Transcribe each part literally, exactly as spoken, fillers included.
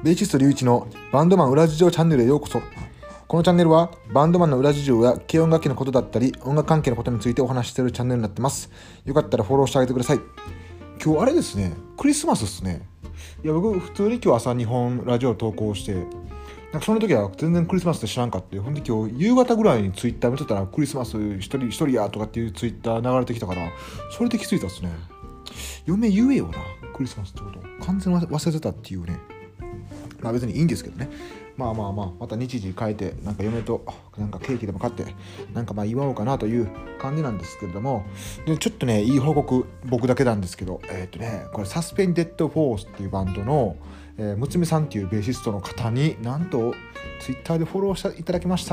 ベーシスト龍一のバンドマン裏事情チャンネルへようこそ。このチャンネルはバンドマンの裏事情や軽音楽器のことだったり音楽関係のことについてお話ししているチャンネルになってます。よかったらフォローしてあげてください。今日あれですね、クリスマスですね。いや僕普通に今日朝にほんラジオ投稿して、なんかその時は全然クリスマスって知らんかって、ほんで今日夕方ぐらいにツイッター見てたらクリスマス一人一人やとかっていうツイッター流れてきたから、それで気づいたっすね。嫁言えよな、クリスマスってこと完全に忘れてたっていうね。まあ別にいいんですけどね。まあまあまあまた日時変えて、なんか嫁となんかケーキでも買ってなんかまあ祝おうかなという感じなんですけれども、でちょっとねいい報告、僕だけなんですけど、えっとねこれサスペンデッドフォースっていうバンドの、えー、むつみさんっていうベーシストの方になんとツイッターでフォローしていただきました。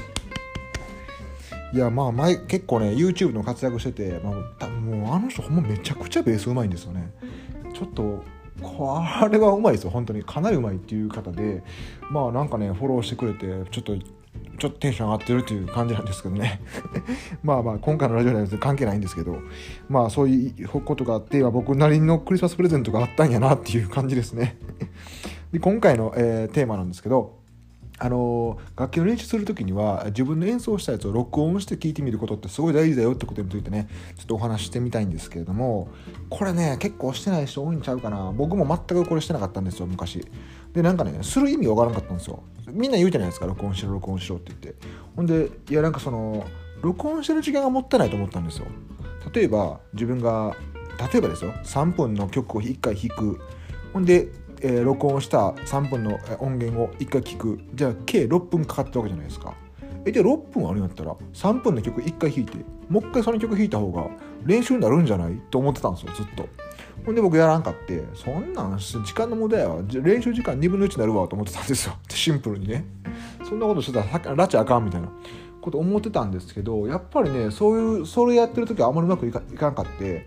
いやまあ前結構ね YouTube の活躍してて、まあ、もうあの人ほんまめちゃくちゃベースうまいんですよね。ちょっとこれはうまいですよ、本当にかなりうまいっていう方で、まあなんかねフォローしてくれてちょっとちょっとテンション上がってるっていう感じなんですけどねまあまあ今回のラジオには関係ないんですけど、まあそういうことがあって、僕なりのクリスマスプレゼントがあったんやなっていう感じですねで今回の、えー、テーマなんですけど、あのー、楽器の練習するときには自分の演奏したやつを録音して聴いてみることってすごい大事だよってことについてねちょっとお話ししてみたいんですけれども、これね結構してない人多いんちゃうかな。僕も全くこれしてなかったんですよ昔で。なんかねする意味わからなかったんですよ。みんな言うじゃないですか、録音しろ録音しろって言って。ほんでいやなんかその録音してる時間がもったいないと思ったんですよ。例えば自分が例えばですよさんぷんの曲をいっかい弾く、ほんでえー、録音したさんぷんの音源をいっかい聞く。じゃあ計ろっぷんかかったわけじゃないですか。えじゃあろっぷんあるんやったらさんぷんの曲いっかい弾いてもう一回その曲弾いた方が練習になるんじゃないと思ってたんですよずっと。ほんで僕やらんかって、そんなん時間の無駄やわ、練習時間にぶんのいちになるわと思ってたんですよシンプルにね。そんなことしてたら拉致あかんみたいなこと思ってたんですけど、やっぱりねそういうそれやってる時はあんまりうまくいかいかんかって、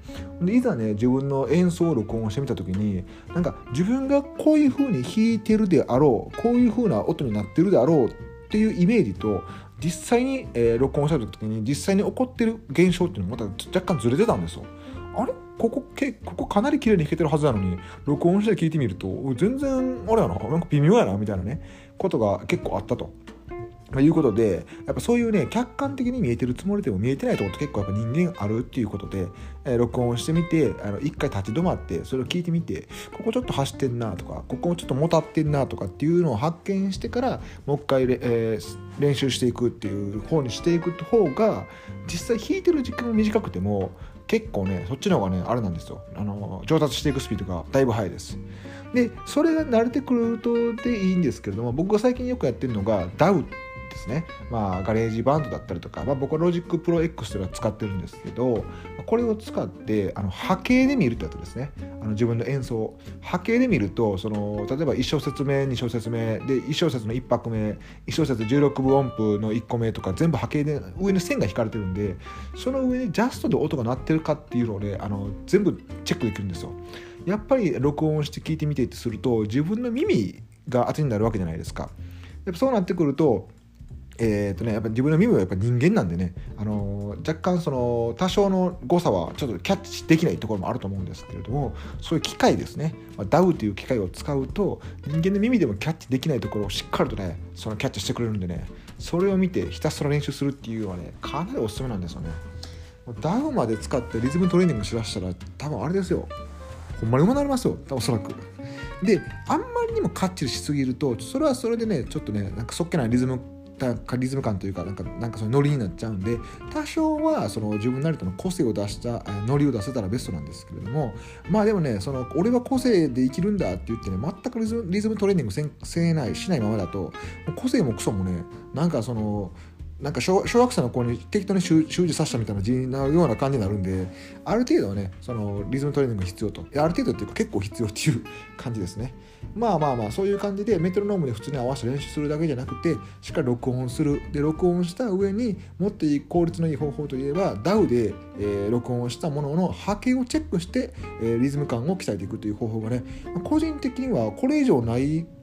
でいざね自分の演奏を録音してみた時に、なんか自分がこういう風に弾いてるであろう、こういう風な音になってるであろうっていうイメージと実際に、えー、録音した時に実際に起こってる現象っていうのがまた若干ずれてたんですよ。あれここけここかなり綺麗に弾けてるはずなのに録音して聞いてみると全然あれやな、なんか微妙やなみたいなねことが結構あったと。まあ、いうことで、やっぱそういうね客観的に見えてるつもりでも見えてないところって結構やっぱ人間あるっていうことで、えー、録音してみて、あの一回立ち止まってそれを聞いてみて、ここちょっと走ってんなとかここちょっともたってんなとかっていうのを発見してからもう一回、えー、練習していくっていう方にしていく方が実際弾いてる時間短くても結構ねそっちの方がねあれなんですよ、あの上達していくスピードがだいぶ速いです。でそれが慣れてくるとでいいんですけれども、僕が最近よくやってるのが ダウ ですね。まあガレージバンドだったりとか、まあ、僕はロジックプロ X というのは使ってるんですけど、これを使ってあの波形で見るってやつですね。あの自分の演奏波形で見ると、その例えばいち小節目に小節目でいち小節のいっ拍目、いち小節じゅうろくぶ音符のいっこめとか全部波形で上に線が引かれてるんで、その上にジャストで音が鳴ってるかっていうのをねあの全部チェックできるんですよ。やっぱり録音して聞いてみてってすると自分の耳が当てになるわけじゃないですか。やっぱそうなってくるとえーとね、やっぱ自分の耳はやっぱ人間なんでね、あのー、若干その多少の誤差はちょっとキャッチできないところもあると思うんですけれども、そういう機械ですね、まあ、ダウ という機械を使うと人間の耳でもキャッチできないところをしっかりとねそのキャッチしてくれるんでね、それを見てひたすら練習するっていうのはねかなりおすすめなんですよね。ダウまで使ってリズムトレーニングしだしたら多分あれですよ、ほんまにうまくなりますよおそらく。であんまりにもカッチリしすぎるとそれはそれでねちょっとねなんかそっけないリズムリズム感というかなんかなんかそのノリになっちゃうんで、多少はその自分なりとの個性を出したノリを出せたらベストなんですけれども、まあでもねその俺は個性で生きるんだって言ってね全くリズム、リズムトレーニングせせないしないままだと個性もクソもねなんかそのなんか 小, 小学生の子に適当に習字させたみたいな字のような感じになるんで、ある程度はねそのリズムトレーニングが必要と、ある程度っていうか結構必要っていう感じですね。まあまあまあそういう感じでメトロノームで普通に合わせて練習するだけじゃなくてしっかり録音する。で録音した上にもっといい効率のいい方法といえば ダウ で、えー、録音したものの波形をチェックして、えー、リズム感を鍛えていくという方法がね個人的にはこれ以上ない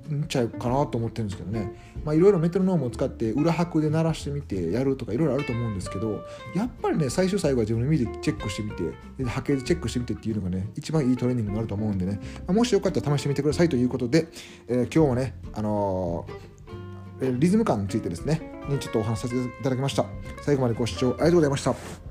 んちゃうかなと思ってるんですけどね。まあいろいろメトロノームを使って裏拍で鳴らしてみてやるとかいろいろあると思うんですけど、やっぱりね最終最後は自分の耳でチェックしてみて、で波形でチェックしてみてっていうのがね一番いいトレーニングになると思うんでね、まあ、もしよかったら試してみてくださいということで、えー、今日はねあのー、リズム感についてですねにちょっとお話しさせていただきました。最後までご視聴ありがとうございました。